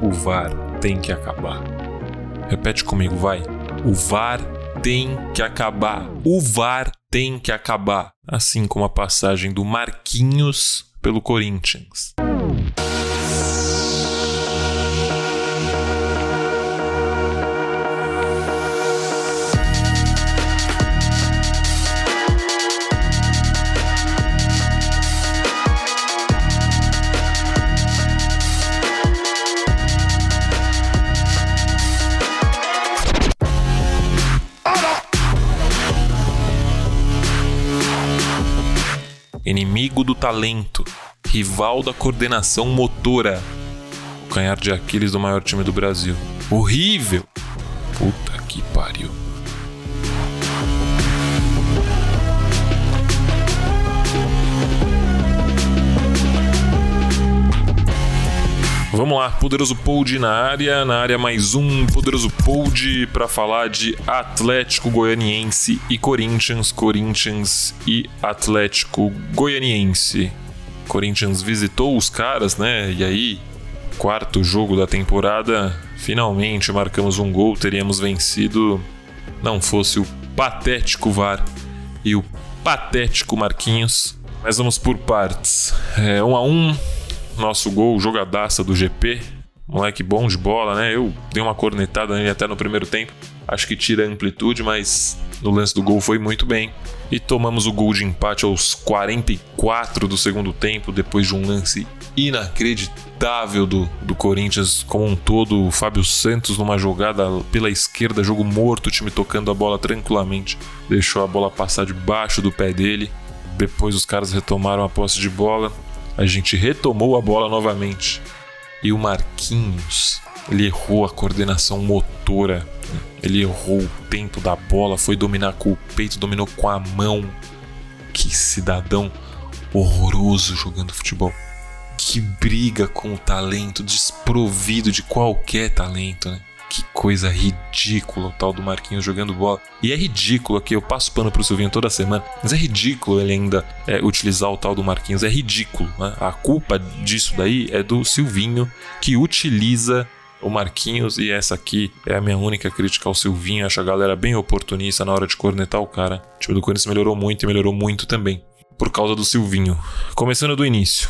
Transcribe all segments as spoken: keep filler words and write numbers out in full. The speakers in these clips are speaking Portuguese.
O V A R tem que acabar. Repete comigo, vai. O V A R tem que acabar. O V A R tem que acabar. Assim como a passagem do Marquinhos pelo Corinthians. Inimigo do talento, rival da coordenação motora, o canhar de Aquiles do maior time do Brasil. Horrível! Puta que pariu. Vamos lá, Poderoso Pod na área, na área mais um Poderoso Pod para falar de Atlético Goianiense e Corinthians, Corinthians e Atlético Goianiense. Corinthians visitou os caras, né? E aí, quarto jogo da temporada, finalmente marcamos um gol, teríamos vencido, não fosse o patético V A R e o patético Marquinhos. Mas vamos por partes. É, um a um. Nosso gol, jogadaça do G P, moleque bom de bola, né? Eu dei uma cornetada nele até no primeiro tempo, acho que tira a amplitude, mas no lance do gol foi muito bem. E tomamos o gol de empate aos quarenta e quatro do segundo tempo, depois de um lance inacreditável do, do Corinthians como um todo. O Fábio Santos numa jogada pela esquerda, jogo morto, o time tocando a bola tranquilamente, deixou a bola passar debaixo do pé dele. Depois os caras retomaram a posse de bola. A gente retomou a bola novamente. E o Marquinhos, ele errou a coordenação motora. Ele errou o tempo da bola, foi dominar com o peito, dominou com a mão. Que cidadão horroroso jogando futebol. Que briga com o talento, desprovido de qualquer talento, né? Que coisa ridícula o tal do Marquinhos jogando bola. E é ridículo aqui, eu passo pano pro Silvinho toda semana, mas é ridículo ele ainda é, utilizar o tal do Marquinhos. É ridículo, né? A culpa disso daí é do Silvinho, que utiliza o Marquinhos. E essa aqui é a minha única crítica ao Silvinho. Acho a galera bem oportunista na hora de cornetar o cara. O time do Corinthians melhorou muito e melhorou muito também por causa do Silvinho. Começando do início.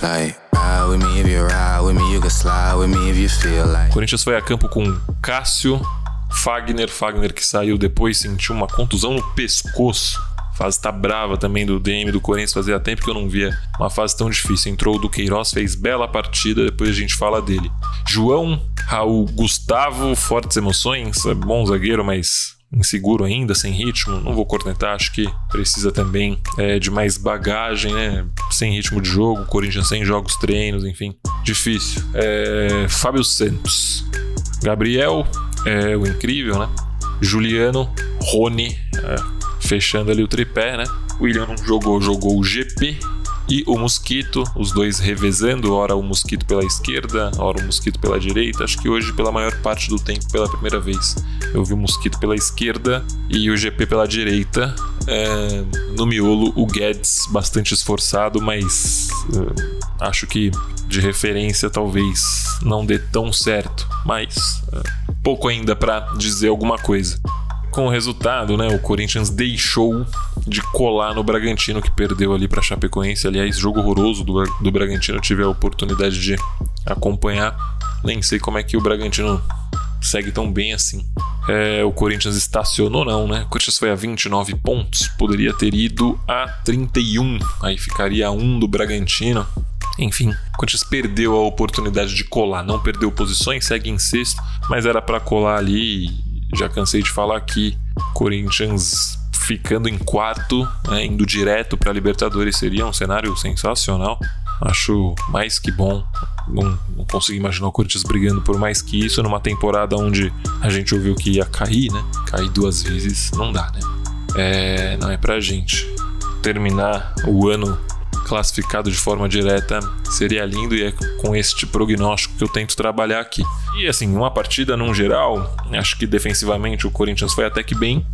O Corinthians foi a campo com Cássio, Fagner, Fagner que saiu depois, sentiu uma contusão no pescoço. A fase tá brava também do D M do Corinthians, fazia tempo que eu não via uma fase tão difícil. Entrou o Duqueiroz, fez bela partida, depois a gente fala dele. João, Raul, Gustavo, fortes emoções, é bom zagueiro, mas inseguro ainda, sem ritmo, não vou cornetar, acho que precisa também é, de mais bagagem, né? Sem ritmo de jogo, Corinthians sem jogos, treinos, enfim, difícil. É, Fábio Santos, Gabriel, é, o incrível, né? Juliano, Rony, é, fechando ali o tripé, né? William não jogou, jogou o G P e o Mosquito, os dois revezando, ora o Mosquito pela esquerda, ora o Mosquito pela direita. Acho que hoje, pela maior parte do tempo, pela primeira vez, eu vi o Mosquito pela esquerda e o G P pela direita. É, no miolo, o Guedes bastante esforçado, mas é, acho que de referência talvez não dê tão certo, mas é, pouco ainda para dizer alguma coisa. Com o resultado, né, o Corinthians deixou de colar no Bragantino, que perdeu ali para Chapecoense. Aliás, jogo horroroso do, do Bragantino, eu tive a oportunidade de acompanhar. Nem sei como é que o Bragantino segue tão bem assim. É, o Corinthians estacionou, não, né? O Corinthians foi a vinte e nove pontos, poderia ter ido a trinta e um, aí ficaria a um do Bragantino. Enfim, o Corinthians perdeu a oportunidade de colar, não perdeu posições, segue em sexto, mas era para colar ali. E já cansei de falar aqui, Corinthians ficando em quarto, né, indo direto para a Libertadores seria um cenário sensacional. Acho mais que bom. Não, não consigo imaginar o Corinthians brigando por mais que isso numa temporada onde a gente ouviu que ia cair, né? Cair duas vezes não dá, né? É, não é pra gente. Terminar o ano classificado de forma direta seria lindo, e é com este prognóstico que eu tento trabalhar aqui. E assim, uma partida num geral, acho que defensivamente o Corinthians foi até que bem.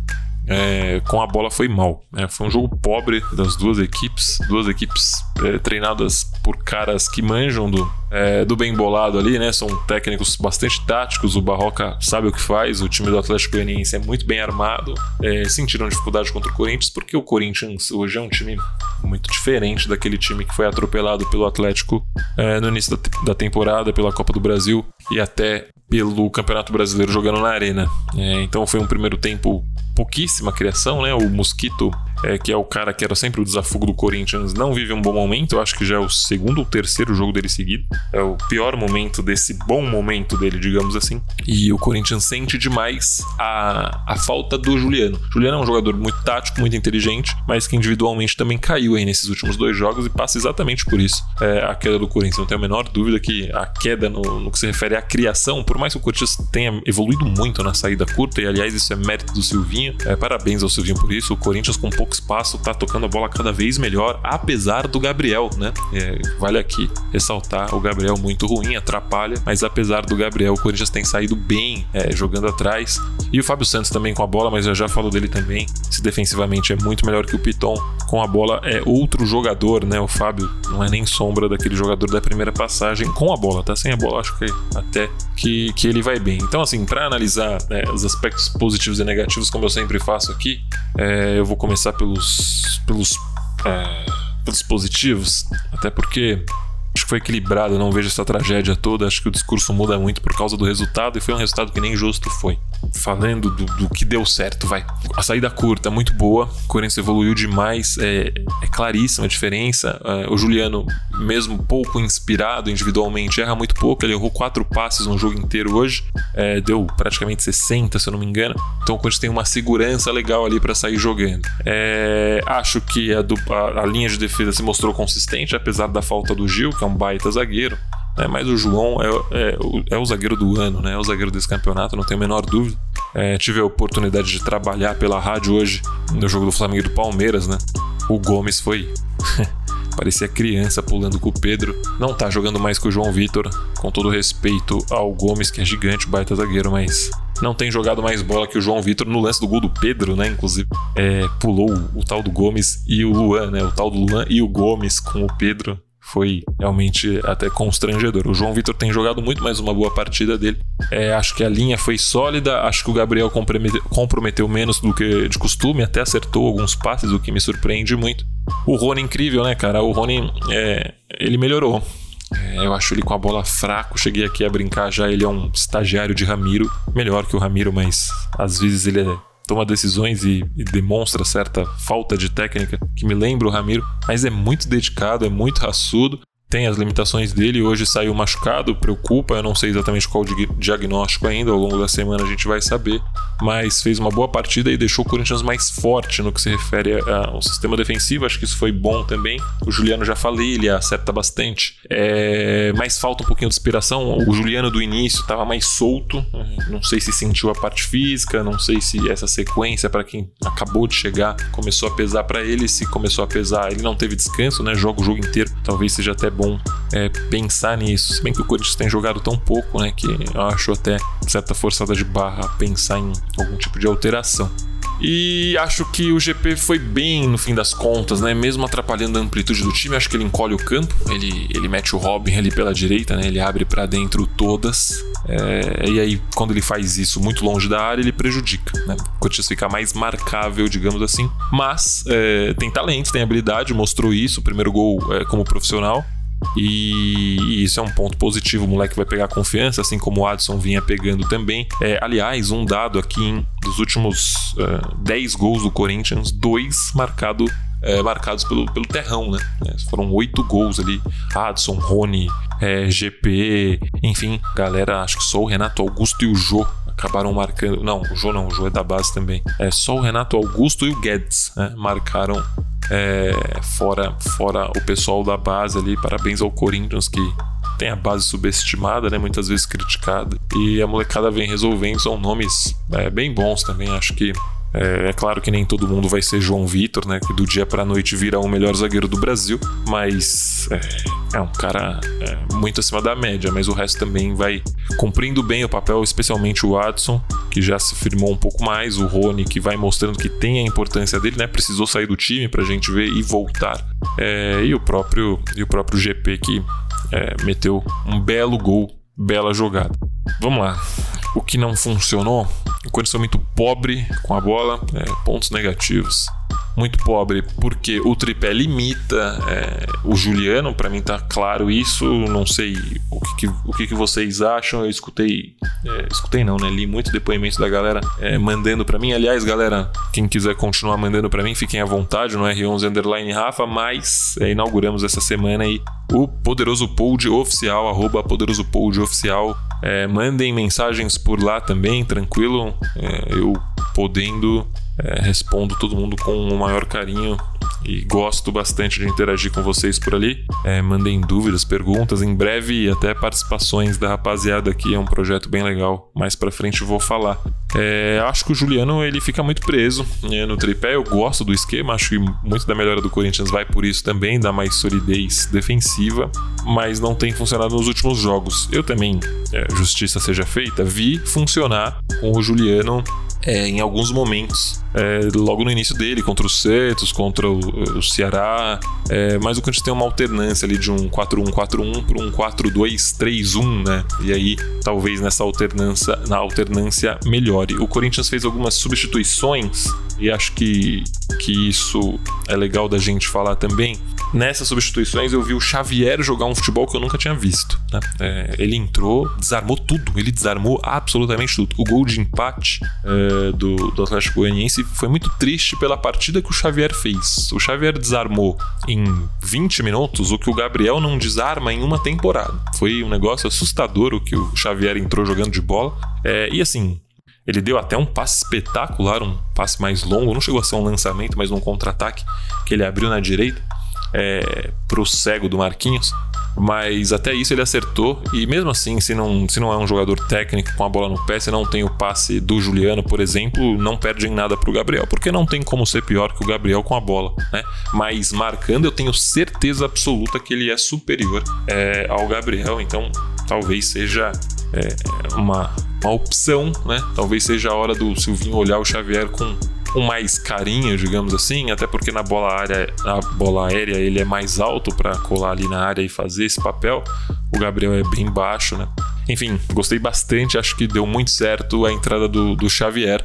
é, com a bola foi mal. É, foi um jogo pobre das duas equipes, duas equipes é, treinadas por caras que manjam do, é, do bem bolado ali, né? São técnicos bastante táticos, o Barroca sabe o que faz, o time do Atlético Goianiense é muito bem armado, é, sentiram dificuldade contra o Corinthians, porque o Corinthians hoje é um time muito diferente daquele time que foi atropelado pelo Atlético é, no início da, da temporada, pela Copa do Brasil e até pelo Campeonato Brasileiro jogando na Arena. É, então foi um primeiro tempo pouquíssima criação, né? O Mosquito, é, que é o cara que era sempre o desafogo do Corinthians, não vive um bom momento. Eu acho que já é o segundo ou terceiro jogo dele seguido. É o pior momento desse bom momento dele, digamos assim. E o Corinthians sente demais a, a falta do Juliano. Juliano é um jogador muito tático, muito inteligente, mas que individualmente também caiu aí nesses últimos dois jogos e passa exatamente por isso. É, a queda do Corinthians. Não tenho a menor dúvida que a queda no, no que se refere à criação, por mais que o Corinthians tenha evoluído muito na saída curta, e aliás isso é mérito do Silvinho, é, parabéns ao Silvinho por isso. O Corinthians com pouco espaço tá tocando a bola cada vez melhor, apesar do Gabriel, né? É, vale aqui ressaltar, o Gabriel muito ruim, atrapalha, mas apesar do Gabriel, o Corinthians tem saído bem é, jogando atrás. E o Fábio Santos também com a bola, mas eu já falo dele também, se defensivamente é muito melhor que o Piton, com a bola é outro jogador, né? O Fábio não é nem sombra daquele jogador da primeira passagem com a bola, tá? Sem a bola, acho que até que, que ele vai bem. Então, assim, para analisar né, os aspectos positivos e negativos, como eu sempre faço aqui, é, eu vou começar pelos, pelos, é, pelos positivos, até porque acho que foi equilibrado, eu não vejo essa tragédia toda, acho que o discurso muda muito por causa do resultado, e foi um resultado que nem justo foi. Falando do, do que deu certo, vai. A saída curta, muito boa, o Corinthians evoluiu demais, é, é claríssima a diferença. É, o Juliano, mesmo pouco inspirado individualmente, erra muito pouco, ele errou quatro passes no jogo inteiro hoje, é, deu praticamente sessenta, se eu não me engano, então o Corinthians tem uma segurança legal ali para sair jogando. É, acho que a, do, a, a linha de defesa se mostrou consistente, apesar da falta do Gil, que é um baita zagueiro, né? Mas o João é, é, é o zagueiro do ano, né? É o zagueiro desse campeonato, não tenho a menor dúvida. É, tive a oportunidade de trabalhar pela rádio hoje no jogo do Flamengo e do Palmeiras, né? O Gomes foi parecia criança pulando com o Pedro. Não tá jogando mais que o João Vitor, com todo respeito ao Gomes, que é gigante, baita zagueiro, mas não tem jogado mais bola que o João Vitor. No lance do gol do Pedro, né, inclusive, é, pulou o, o tal do Gomes e o Luan, né, o tal do Luan e o Gomes com o Pedro. Foi realmente até constrangedor. O João Vitor tem jogado muito mais uma boa partida dele. É, acho que a linha foi sólida. Acho que o Gabriel comprometeu, comprometeu menos do que de costume. Até acertou alguns passes, o que me surpreende muito. O Rony, incrível, né, cara? O Rony, é, ele melhorou. É, eu acho ele com a bola fraco. Cheguei aqui a brincar já. Ele é um estagiário de Ramiro. Melhor que o Ramiro, mas às vezes ele é... toma decisões e, e demonstra certa falta de técnica que me lembra o Ramiro, mas é muito dedicado, é muito raçudo, tem as limitações dele. Hoje saiu machucado, preocupa, eu não sei exatamente qual o diagnóstico ainda, ao longo da semana a gente vai saber, mas fez uma boa partida e deixou o Corinthians mais forte no que se refere ao sistema defensivo. Acho que isso foi bom também. O Juliano, já falei, ele acerta bastante, é... mas falta um pouquinho de inspiração. O Juliano do início estava mais solto, não sei se sentiu a parte física, não sei se essa sequência para quem acabou de chegar começou a pesar para ele. Se começou a pesar, ele não teve descanso, né? Joga o jogo inteiro, talvez seja até bom é, pensar nisso, se bem que o Corinthians tem jogado tão pouco, né, que eu acho até certa forçada de barra pensar em algum tipo de alteração. E acho que o G P foi bem no fim das contas, né? Mesmo atrapalhando a amplitude do time, acho que ele encolhe o campo, ele, ele mete o Robin ali pela direita, né? Ele abre pra dentro todas, é, e aí quando ele faz isso muito longe da área, ele prejudica, né? O Corinthians fica mais marcável, digamos assim, mas é, tem talento, tem habilidade, mostrou isso, o primeiro gol é, como profissional. E, e isso é um ponto positivo. O moleque vai pegar confiança, assim como o Adson vinha pegando também. É, aliás, um dado aqui, hein, dos últimos uh, dez gols do Corinthians, dois marcado, uh, marcados pelo, pelo terrão, né? É, foram oito gols ali. Adson, Rony, é, G P, enfim, galera, acho que só o Renato Augusto e o Jô acabaram marcando. Não, o Jô não, o Jô é da base também. É só o Renato Augusto e o Guedes, né, marcaram. É, fora, fora o pessoal da base ali. Parabéns ao Corinthians, que tem a base subestimada, né, muitas vezes criticada, e a molecada vem resolvendo. São nomes é, bem bons também. Acho que É, é claro que nem todo mundo vai ser João Vitor, né? Que do dia pra noite vira o melhor zagueiro do Brasil, mas é, é um cara é, muito acima da média, mas o resto também vai cumprindo bem o papel, especialmente o Adson, que já se firmou um pouco mais, o Rony, que vai mostrando que tem a importância dele, né? Precisou sair do time pra gente ver e voltar. É, e, o próprio, e o próprio G P que é, meteu um belo gol, bela jogada. Vamos lá. O que não funcionou? O Corinthians foi muito pobre com a bola, é, pontos negativos. Muito pobre porque o tripé limita é, o Juliano, pra mim tá claro isso. Não sei o que, que, o que, que vocês acham. Eu escutei, é, escutei não, né? Li muito depoimento da galera é, mandando pra mim. Aliás, galera, quem quiser continuar mandando pra mim, fiquem à vontade no R onze underline Rafa, mas é, inauguramos essa semana aí o Poderoso Pod Oficial, arroba Poderoso Pod Oficial. É, mandem mensagens por lá também, tranquilo. É, eu podendo, é, respondo todo mundo com o maior carinho e gosto bastante de interagir com vocês por ali. É, mandem dúvidas, perguntas, em breve até participações da rapaziada aqui, é um projeto bem legal, mais pra frente eu vou falar. É, acho que o Juliano ele fica muito preso, né, no tripé. Eu gosto do esquema, acho que muito da melhora do Corinthians vai por isso também, dá mais solidez defensiva, mas não tem funcionado nos últimos jogos. Eu também, é, justiça seja feita, vi funcionar com o Juliano É, em alguns momentos, é, logo no início dele, contra o Santos, contra o, o Ceará, é, mas o Corinthians tem uma alternância ali de um quatro um quatro um para um quatro dois três um, né? E aí talvez nessa alternância, na alternância melhore. O Corinthians fez algumas substituições e acho que, que isso é legal da gente falar também. Nessas substituições eu vi o Xavier jogar um futebol que eu nunca tinha visto, né? É, ele entrou, desarmou tudo, ele desarmou absolutamente tudo. O gol de empate é, do, do Atlético Goianiense foi muito triste pela partida que o Xavier fez. O Xavier desarmou em vinte minutos o que o Gabriel não desarma em uma temporada. Foi um negócio assustador o que o Xavier entrou jogando de bola. É, e assim, ele deu até um passe espetacular, um passe mais longo, não chegou a ser um lançamento, mas um contra-ataque que ele abriu na direita. É, pro cego do Marquinhos, mas até isso ele acertou. E mesmo assim, se não, se não é um jogador técnico com a bola no pé, se não tem o passe do Juliano, por exemplo, não perde em nada pro Gabriel, porque não tem como ser pior que o Gabriel com a bola, né? Mas marcando, eu tenho certeza absoluta que ele é superior é, ao Gabriel, então talvez seja é, uma, uma opção, né? Talvez seja a hora do Silvinho olhar o Xavier com com mais carinho, digamos assim, até porque na bola aérea, na bola aérea ele é mais alto para colar ali na área e fazer esse papel. O Gabriel é bem baixo, né? Enfim, gostei bastante, acho que deu muito certo a entrada do, do Xavier.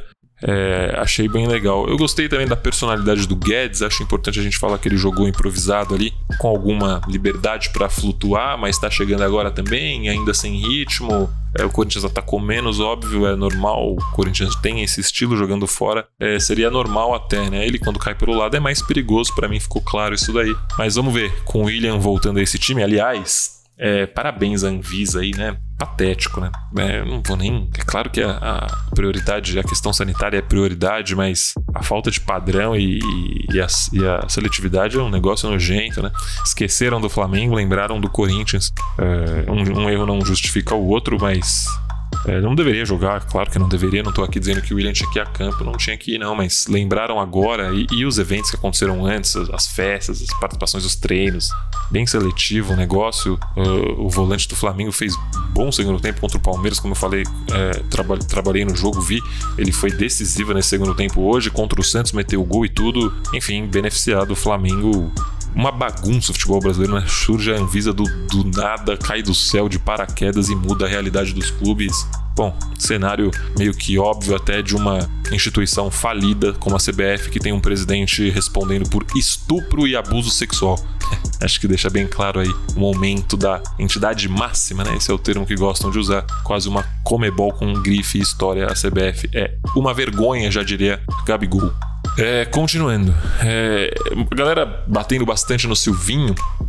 É, achei bem legal. Eu gostei também da personalidade do Guedes. Acho importante a gente falar que ele jogou improvisado ali, com alguma liberdade para flutuar, mas tá chegando agora também, ainda sem ritmo. É, o Corinthians atacou menos, óbvio, é normal. O Corinthians tem esse estilo jogando fora, é, seria normal até, né? Ele quando cai pelo lado é mais perigoso, para mim ficou claro isso daí. Mas vamos ver, com o William voltando a esse time, aliás, é, parabéns à Anvisa aí, né? Patético, né? É, não vou nem... É claro que a, a prioridade, a questão sanitária é prioridade, mas a falta de padrão e, e, a, e a seletividade é um negócio nojento, né? Esqueceram do Flamengo, lembraram do Corinthians. É, um, um erro não justifica o outro, mas... É, não deveria jogar, claro que não deveria. Não tô aqui dizendo que o William tinha que ir a campo, não tinha que ir não, mas lembraram agora. E, e os eventos que aconteceram antes, as, as festas, as participações dos treinos, bem seletivo o negócio. Uh, o volante do Flamengo fez bom segundo tempo contra o Palmeiras, como eu falei, é, traba, trabalhei no jogo, vi, ele foi decisivo nesse segundo tempo hoje, contra o Santos meteu o gol e tudo, enfim, beneficiado o Flamengo. Uma bagunça o futebol brasileiro, né? Surge a Anvisa do, do nada, cai do céu de paraquedas e muda a realidade dos clubes. Bom, cenário meio que óbvio até de uma instituição falida como a C B F, que tem um presidente respondendo por estupro e abuso sexual. Acho que deixa bem claro aí o momento da entidade máxima, né? Esse é o termo que gostam de usar. Quase uma Comebol com grife e história. A C B F é uma vergonha, já diria Gabigol. É, continuando, é, a galera batendo bastante no Silvinho.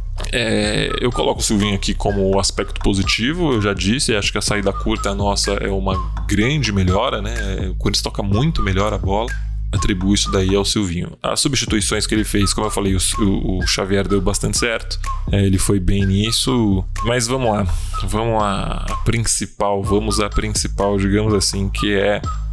É, eu coloco o Silvinho aqui como aspecto positivo, eu já disse, acho que a saída curta nossa é uma grande melhora, né? O Corinthians toca muito melhor a bola, atribuo isso daí ao Silvinho. As substituições que ele fez, como eu falei, o, o, o Xavier deu bastante certo, é, ele foi bem nisso, mas vamos lá, vamos à principal, vamos à principal, digamos assim, que é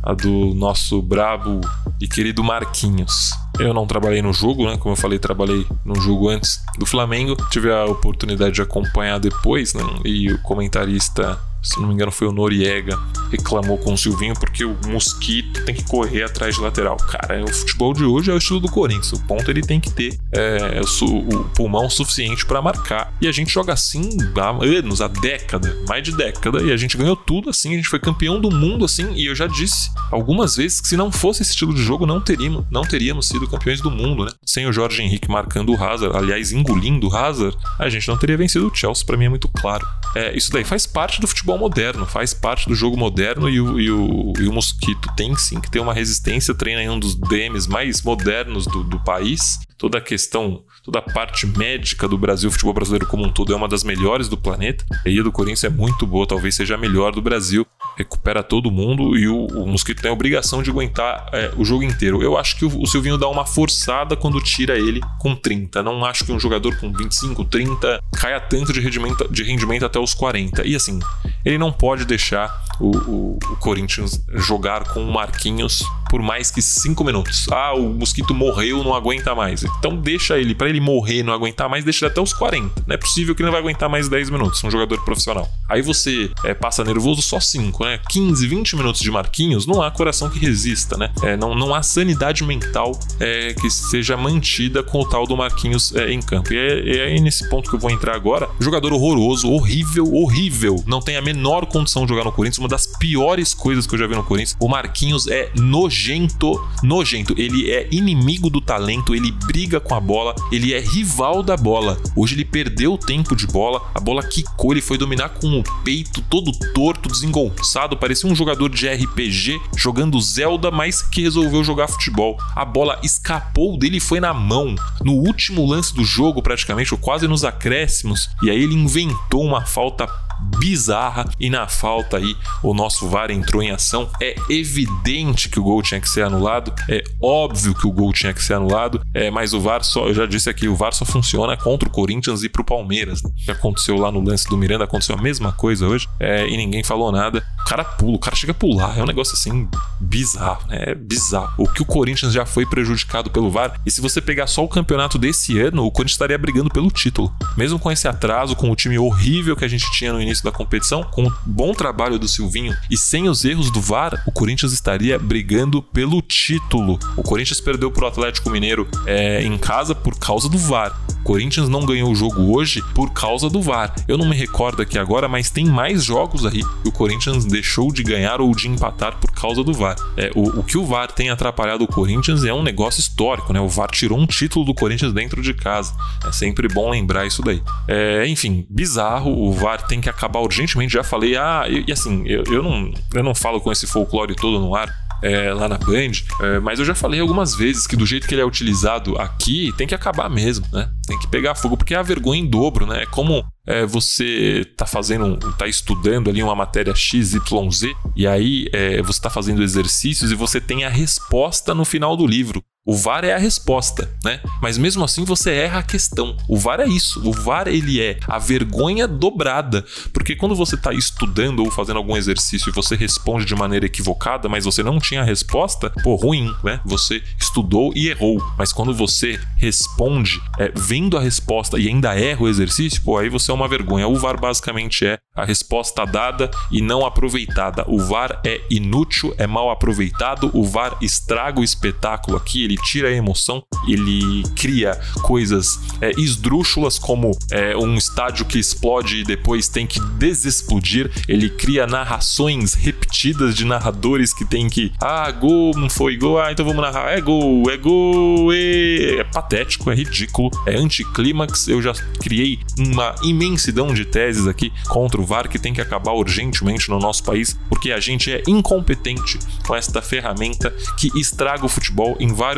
a do nosso brabo e querido Marquinhos. Eu não trabalhei no jogo, né? Como eu falei, trabalhei no jogo antes do Flamengo. Tive a oportunidade de acompanhar depois, né? E o comentarista, se não me engano foi o Noriega, reclamou com o Silvinho porque o Mosquito tem que correr atrás de lateral. Cara, o futebol de hoje é o estilo do Corinthians. O ponto ele tem que ter é, o, o pulmão suficiente para marcar. E a gente joga assim há anos, há década, mais de década. E a gente ganhou tudo assim, a gente foi campeão do mundo assim. E eu já disse algumas vezes que se não fosse esse estilo de jogo, não teríamos, não teríamos sido campeões do mundo, né? Sem o Jorge Henrique marcando o Hazard, aliás, engolindo o Hazard, a gente não teria vencido o Chelsea, para mim é muito claro. É, isso daí faz parte do futebol moderno, faz parte do jogo moderno e o, e o, e o Mosquito tem sim que ter uma resistência, treina em um dos D Ms mais modernos do, do país. Toda a questão, toda a parte médica do Brasil, o futebol brasileiro como um todo é uma das melhores do planeta. A I A do Corinthians é muito boa, talvez seja a melhor do Brasil. Recupera todo mundo e o, o Mosquito tem a obrigação de aguentar é, o jogo inteiro. Eu acho que o, o Silvinho dá uma forçada quando tira ele com trinta. Não acho que um jogador com vinte e cinco, trinta caia tanto de rendimento, de rendimento até os quarenta. E assim, ele não pode deixar o, o, o Corinthians jogar com o Marquinhos por mais que cinco minutos. Ah, o Mosquito morreu, não aguenta mais. Então deixa ele, para ele morrer e não aguentar mais, deixa ele até os quarenta. Não é possível que ele não vai aguentar mais dez minutos, um jogador profissional. Aí você é, passa nervoso só cinco, né? quinze, vinte minutos de Marquinhos, não há coração que resista, né? É, não, não há sanidade mental é, que seja mantida com o tal do Marquinhos é, em campo. E é, é nesse ponto que eu vou entrar agora. Jogador horroroso, horrível, horrível. Não tem a menor condição de jogar no Corinthians. Uma das piores coisas que eu já vi no Corinthians. O Marquinhos é nojento, nojento. Ele é inimigo do talento, ele briga com a bola, ele é rival da bola. Hoje ele perdeu o tempo de bola, a bola quicou, ele foi dominar com o peito todo torto, desengonçado, parecia um jogador de R P G jogando Zelda, mas que resolveu jogar futebol. A bola escapou dele e foi na mão. No último lance do jogo, praticamente, ou quase nos acréscimos, e aí ele inventou uma falta bizarra e na falta aí o nosso V A R entrou em ação. É evidente que o gol tinha que ser anulado, é óbvio que o gol tinha que ser anulado, é, mas o V A R só, eu já disse aqui, o V A R só funciona contra o Corinthians e pro Palmeiras, né? O que aconteceu lá no lance do Miranda, aconteceu a mesma coisa hoje, é, e ninguém falou nada. O cara pula, o cara chega a pular, é um negócio assim bizarro, né? É bizarro. O que o Corinthians já foi prejudicado pelo V A R, e se você pegar só o campeonato desse ano, o Corinthians estaria brigando pelo título, mesmo com esse atraso, com o time horrível que a gente tinha no início da competição, com o bom trabalho do Silvinho e sem os erros do V A R, o Corinthians estaria brigando pelo título. O Corinthians perdeu pro Atlético Mineiro é, em casa por causa do V A R. O Corinthians não ganhou o jogo hoje por causa do V A R. Eu não me recordo aqui agora, mas tem mais jogos aí que o Corinthians deixou de ganhar ou de empatar por causa do V A R. É, o, o que o V A R tem atrapalhado o Corinthians é um negócio histórico, né? O V A R tirou um título do Corinthians dentro de casa. É sempre bom lembrar isso daí. É, enfim, bizarro. O V A R tem que acabar urgentemente. Já falei, ah, e, e assim, eu, eu, não, eu não falo com esse folclore todo no ar. É, lá na Band, é, mas eu já falei algumas vezes que do jeito que ele é utilizado aqui, tem que acabar mesmo, né? Tem que pegar fogo, porque é a vergonha em dobro, né? É como é, você tá fazendo, tá estudando ali uma matéria X Y Z, e aí é, você tá fazendo exercícios e você tem a resposta no final do livro. O V A R é a resposta, né? Mas mesmo assim você erra a questão. O V A R é isso. O V A R, ele é a vergonha dobrada. Porque quando você está estudando ou fazendo algum exercício e você responde de maneira equivocada, mas você não tinha a resposta, pô, ruim, né? Você estudou e errou. Mas quando você responde é, vendo a resposta e ainda erra o exercício, pô, aí você é uma vergonha. O V A R basicamente é a resposta dada e não aproveitada. O V A R é inútil, é mal aproveitado. O V A R estraga o espetáculo aqui. Ele Ele tira a emoção, ele cria coisas é, esdrúxulas, como é, um estádio que explode e depois tem que desexplodir. Ele cria narrações repetidas de narradores que tem que, ah, gol, não foi gol, ah, então vamos narrar, é gol, é gol, é, é patético, é ridículo, é anticlímax. Eu já criei uma imensidão de teses aqui contra o V A R que tem que acabar urgentemente no nosso país, porque a gente é incompetente com esta ferramenta que estraga o futebol em vários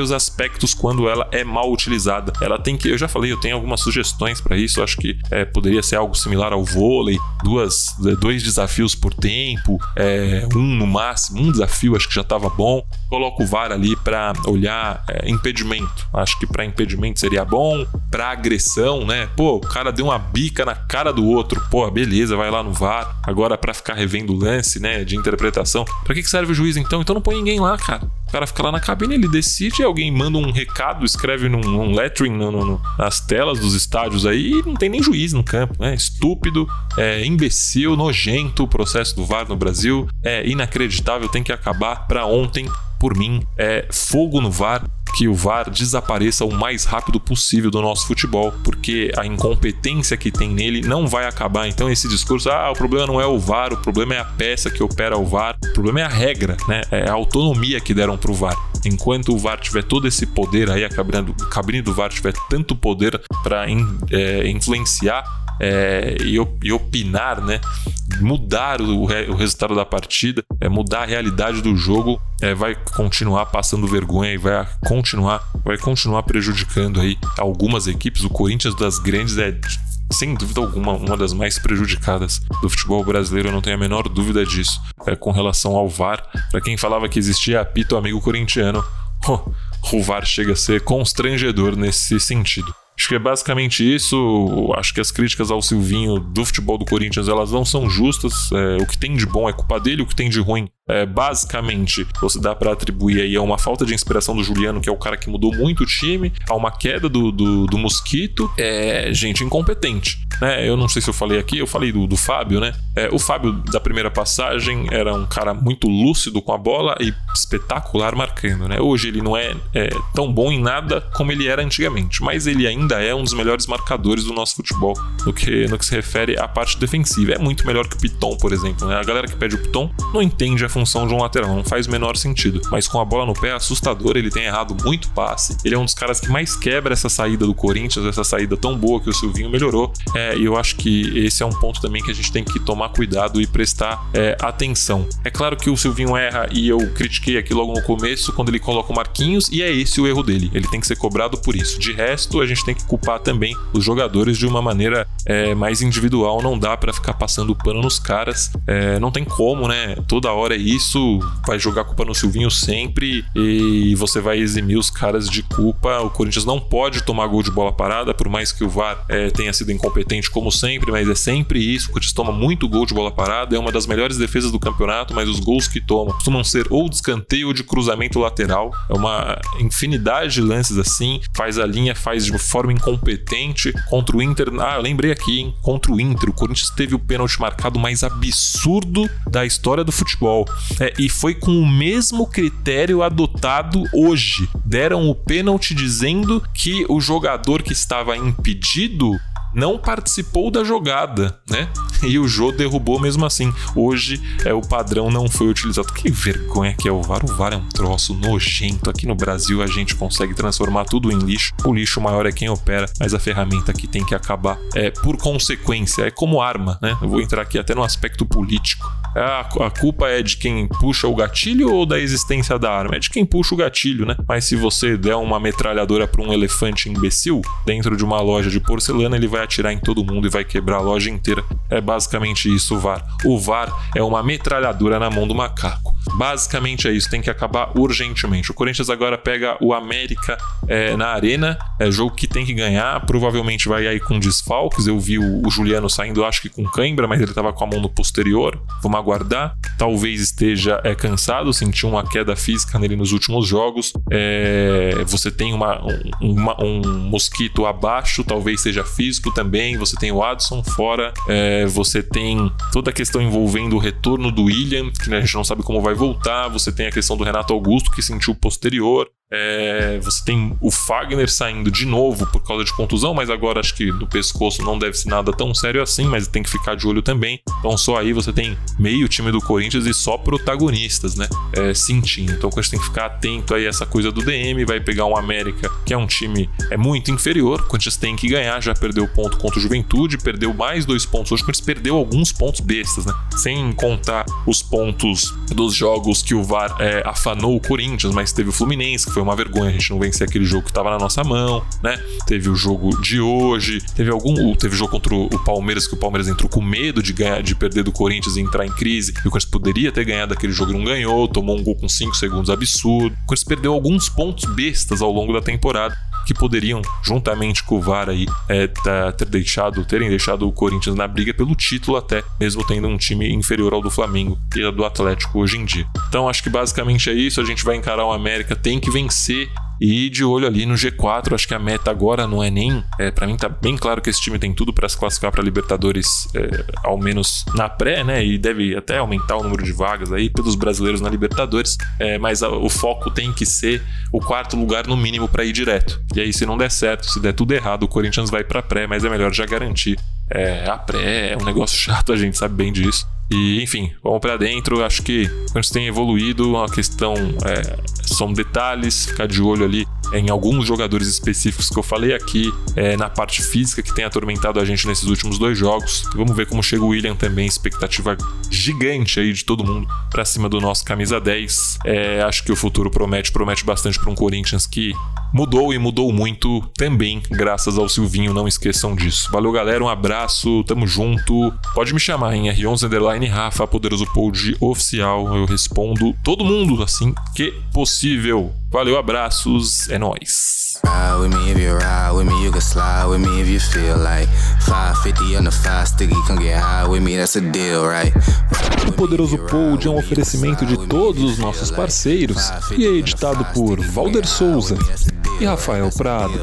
vários aspectos quando ela é mal utilizada. Ela tem que, eu já falei, eu tenho algumas sugestões para isso, eu acho que é, poderia ser algo similar ao vôlei, duas, dois desafios por tempo, é, um no máximo, um desafio acho que já estava bom. Coloca o V A R ali para olhar é, impedimento, acho que para impedimento seria bom, para agressão, né? Pô, o cara deu uma bica na cara do outro, pô, beleza, vai lá no V A R. Agora para ficar revendo o lance, né, de interpretação, para que que serve o juiz então? Então não põe ninguém lá, cara. O cara fica lá na cabine, ele decide, alguém manda um recado, escreve num, num lettering no, no, nas telas dos estádios aí, e não tem nem juiz no campo, né? Estúpido, é, imbecil, nojento o processo do V A R no Brasil, é inacreditável, tem que acabar para ontem. Por mim, é fogo no V A R, que o V A R desapareça o mais rápido possível do nosso futebol, porque a incompetência que tem nele não vai acabar. Então esse discurso, ah, o problema não é o V A R, o problema é a peça que opera o V A R, o problema é a regra, né? É a autonomia que deram pro V A R. Enquanto o V A R tiver todo esse poder aí, a cabine, a cabine do V A R tiver tanto poder para é, influenciar é, e, e opinar, né? Mudar o, re, o resultado da partida, é, mudar a realidade do jogo, é, vai continuar passando vergonha e vai continuar, vai continuar prejudicando aí algumas equipes. O Corinthians das grandes é, sem dúvida alguma, uma das mais prejudicadas do futebol brasileiro, eu não tenho a menor dúvida disso. É, com relação ao V A R, para quem falava que existia apito amigo corintiano, oh, o V A R chega a ser constrangedor nesse sentido. Acho que é basicamente isso. Acho que as críticas ao Silvinho do futebol do Corinthians, elas não são justas. É, o que tem de bom é culpa dele, o que tem de ruim é, basicamente você dá para atribuir aí a uma falta de inspiração do Juliano, que é o cara que mudou muito o time, a uma queda do, do, do Mosquito, é gente incompetente, né? Eu não sei se eu falei aqui, eu falei do, do Fábio, né? É, o Fábio da primeira passagem era um cara muito lúcido com a bola e espetacular marcando, né? Hoje ele não é, é tão bom em nada como ele era antigamente, mas ele ainda é um dos melhores marcadores do nosso futebol no que, no que se refere à parte defensiva. É muito melhor que o Piton, por exemplo, né? A galera que pede o Piton não entende a função de um lateral, não faz o menor sentido, mas com a bola no pé é assustador. Ele tem errado muito passe, ele é um dos caras que mais quebra essa saída do Corinthians, essa saída tão boa que o Silvinho melhorou, é, e eu acho que esse é um ponto também que a gente tem que tomar cuidado e prestar é, atenção. É claro que o Silvinho erra, e eu critiquei aqui logo no começo quando ele coloca o Marquinhos, e é esse o erro dele, ele tem que ser cobrado por isso. De resto, a gente tem que culpar também os jogadores de uma maneira é, mais individual, não dá pra ficar passando pano nos caras, é, não tem como, né? Toda hora é isso, vai jogar culpa no Silvinho sempre e você vai eximir os caras de culpa. O Corinthians não pode tomar gol de bola parada, por mais que o V A R é, tenha sido incompetente como sempre, mas é sempre isso. O Corinthians toma muito gol de bola parada, é uma das melhores defesas do campeonato, mas os gols que toma costumam ser ou de escanteio ou de cruzamento lateral. É uma infinidade de lances assim, faz a linha, faz de forma incompetente. Contra o Inter, ah, eu lembrei aqui, hein? Contra o Inter, o Corinthians teve o pênalti marcado mais absurdo da história do futebol. É, e foi com o mesmo critério adotado hoje. Deram o pênalti dizendo que o jogador que estava impedido não participou da jogada, né? E o Jô derrubou mesmo assim. Hoje é, o padrão não foi utilizado. Que vergonha que é o V A R. O V A R é um troço nojento. Aqui no Brasil a gente consegue transformar tudo em lixo. O lixo maior é quem opera, mas a ferramenta que tem que acabar é por consequência. É como arma, né? Eu vou entrar aqui até no aspecto político. A, a culpa é de quem puxa o gatilho ou da existência da arma? É de quem puxa o gatilho, né? Mas se você der uma metralhadora para um elefante imbecil dentro de uma loja de porcelana, ele vai atirar em todo mundo e vai quebrar a loja inteira. É basicamente isso o V A R. O V A R é uma metralhadora na mão do macaco. Basicamente é isso, tem que acabar urgentemente. O Corinthians agora pega o América é, na Arena, é jogo que tem que ganhar, provavelmente vai aí com desfalques. Eu vi o, o Juliano saindo, acho que com cãibra, mas ele estava com a mão no posterior. Vamos aguardar. Talvez esteja é, cansado, sentiu uma queda física nele nos últimos jogos. É, você tem uma, um, uma, um Mosquito abaixo, talvez seja físico também. Você tem o Adson fora, é, você tem toda a questão envolvendo o retorno do William, que a gente não sabe como vai voltar. Você tem a questão do Renato Augusto, que sentiu o posterior. É, você tem o Fagner saindo de novo por causa de contusão, mas agora acho que no pescoço não deve ser nada tão sério assim, mas tem que ficar de olho também. Então só aí você tem meio time do Corinthians e só protagonistas, né, é, sentindo. Então o Corinthians tem que ficar atento aí a essa coisa do D M. Vai pegar um América que é um time é muito inferior. O Corinthians tem que ganhar, já perdeu ponto contra o Juventude, perdeu mais dois pontos hoje. O Corinthians perdeu alguns pontos bestas, né, sem contar os pontos dos jogos que o V A R é, afanou o Corinthians, mas teve o Fluminense, que foi uma vergonha a gente não vencer aquele jogo que estava na nossa mão, né? Teve o jogo de hoje, teve algum, teve jogo contra o Palmeiras, que o Palmeiras entrou com medo de ganhar, de perder do Corinthians e entrar em crise, e o Corinthians poderia ter ganhado aquele jogo e não ganhou, tomou um gol com cinco segundos absurdo. O Corinthians perdeu alguns pontos bestas ao longo da temporada que poderiam, juntamente com o V A R aí, é, tá, ter deixado, terem deixado o Corinthians na briga pelo título, até mesmo tendo um time inferior ao do Flamengo e do Atlético hoje em dia. Então acho que basicamente é isso, a gente vai encarar o América, tem que vencer e ir de olho ali no G quatro. Acho que a meta agora não é nem, é, para mim tá bem claro que esse time tem tudo para se classificar para Libertadores, é, ao menos na pré, né, e deve até aumentar o número de vagas aí pelos brasileiros na Libertadores, é, mas a, o foco tem que ser o quarto lugar no mínimo para ir direto. E aí, se não der certo, se der tudo errado, o Corinthians vai para pré, mas é melhor já garantir. É, a pré é um negócio chato, a gente sabe bem disso. E enfim, vamos pra dentro. Acho que a gente tem evoluído. A questão é, são detalhes, ficar de olho ali em alguns jogadores específicos que eu falei aqui, é, na parte física que tem atormentado a gente nesses últimos dois jogos. Vamos ver como chega o William também, expectativa gigante aí de todo mundo pra cima do nosso camisa dez. É, acho que o futuro promete, promete bastante para um Corinthians que mudou e mudou muito também, graças ao Silvinho, não esqueçam disso. Valeu, galera, um abraço, tamo junto. Pode me chamar em R onze underline Rafa, Poderoso Pod oficial, eu respondo todo mundo assim que possível. Valeu, abraços, é nóis. Ride with me if you ride with me, you can slide with me if you feel like five fifty on the five sticky, come get high with me, that's a deal, right? O Poderoso Pod é um oferecimento de todos os nossos parceiros e é editado por Valder Souza e Rafael Prado.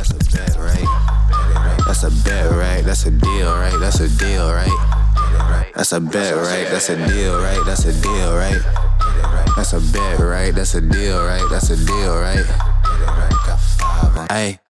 That's a bet, right? That's a deal, right? That's a deal, right? That's a bet, right? That's a deal, right? That's a deal, right? That's a bet, right? That's a deal, right? That's a deal, right? Hey.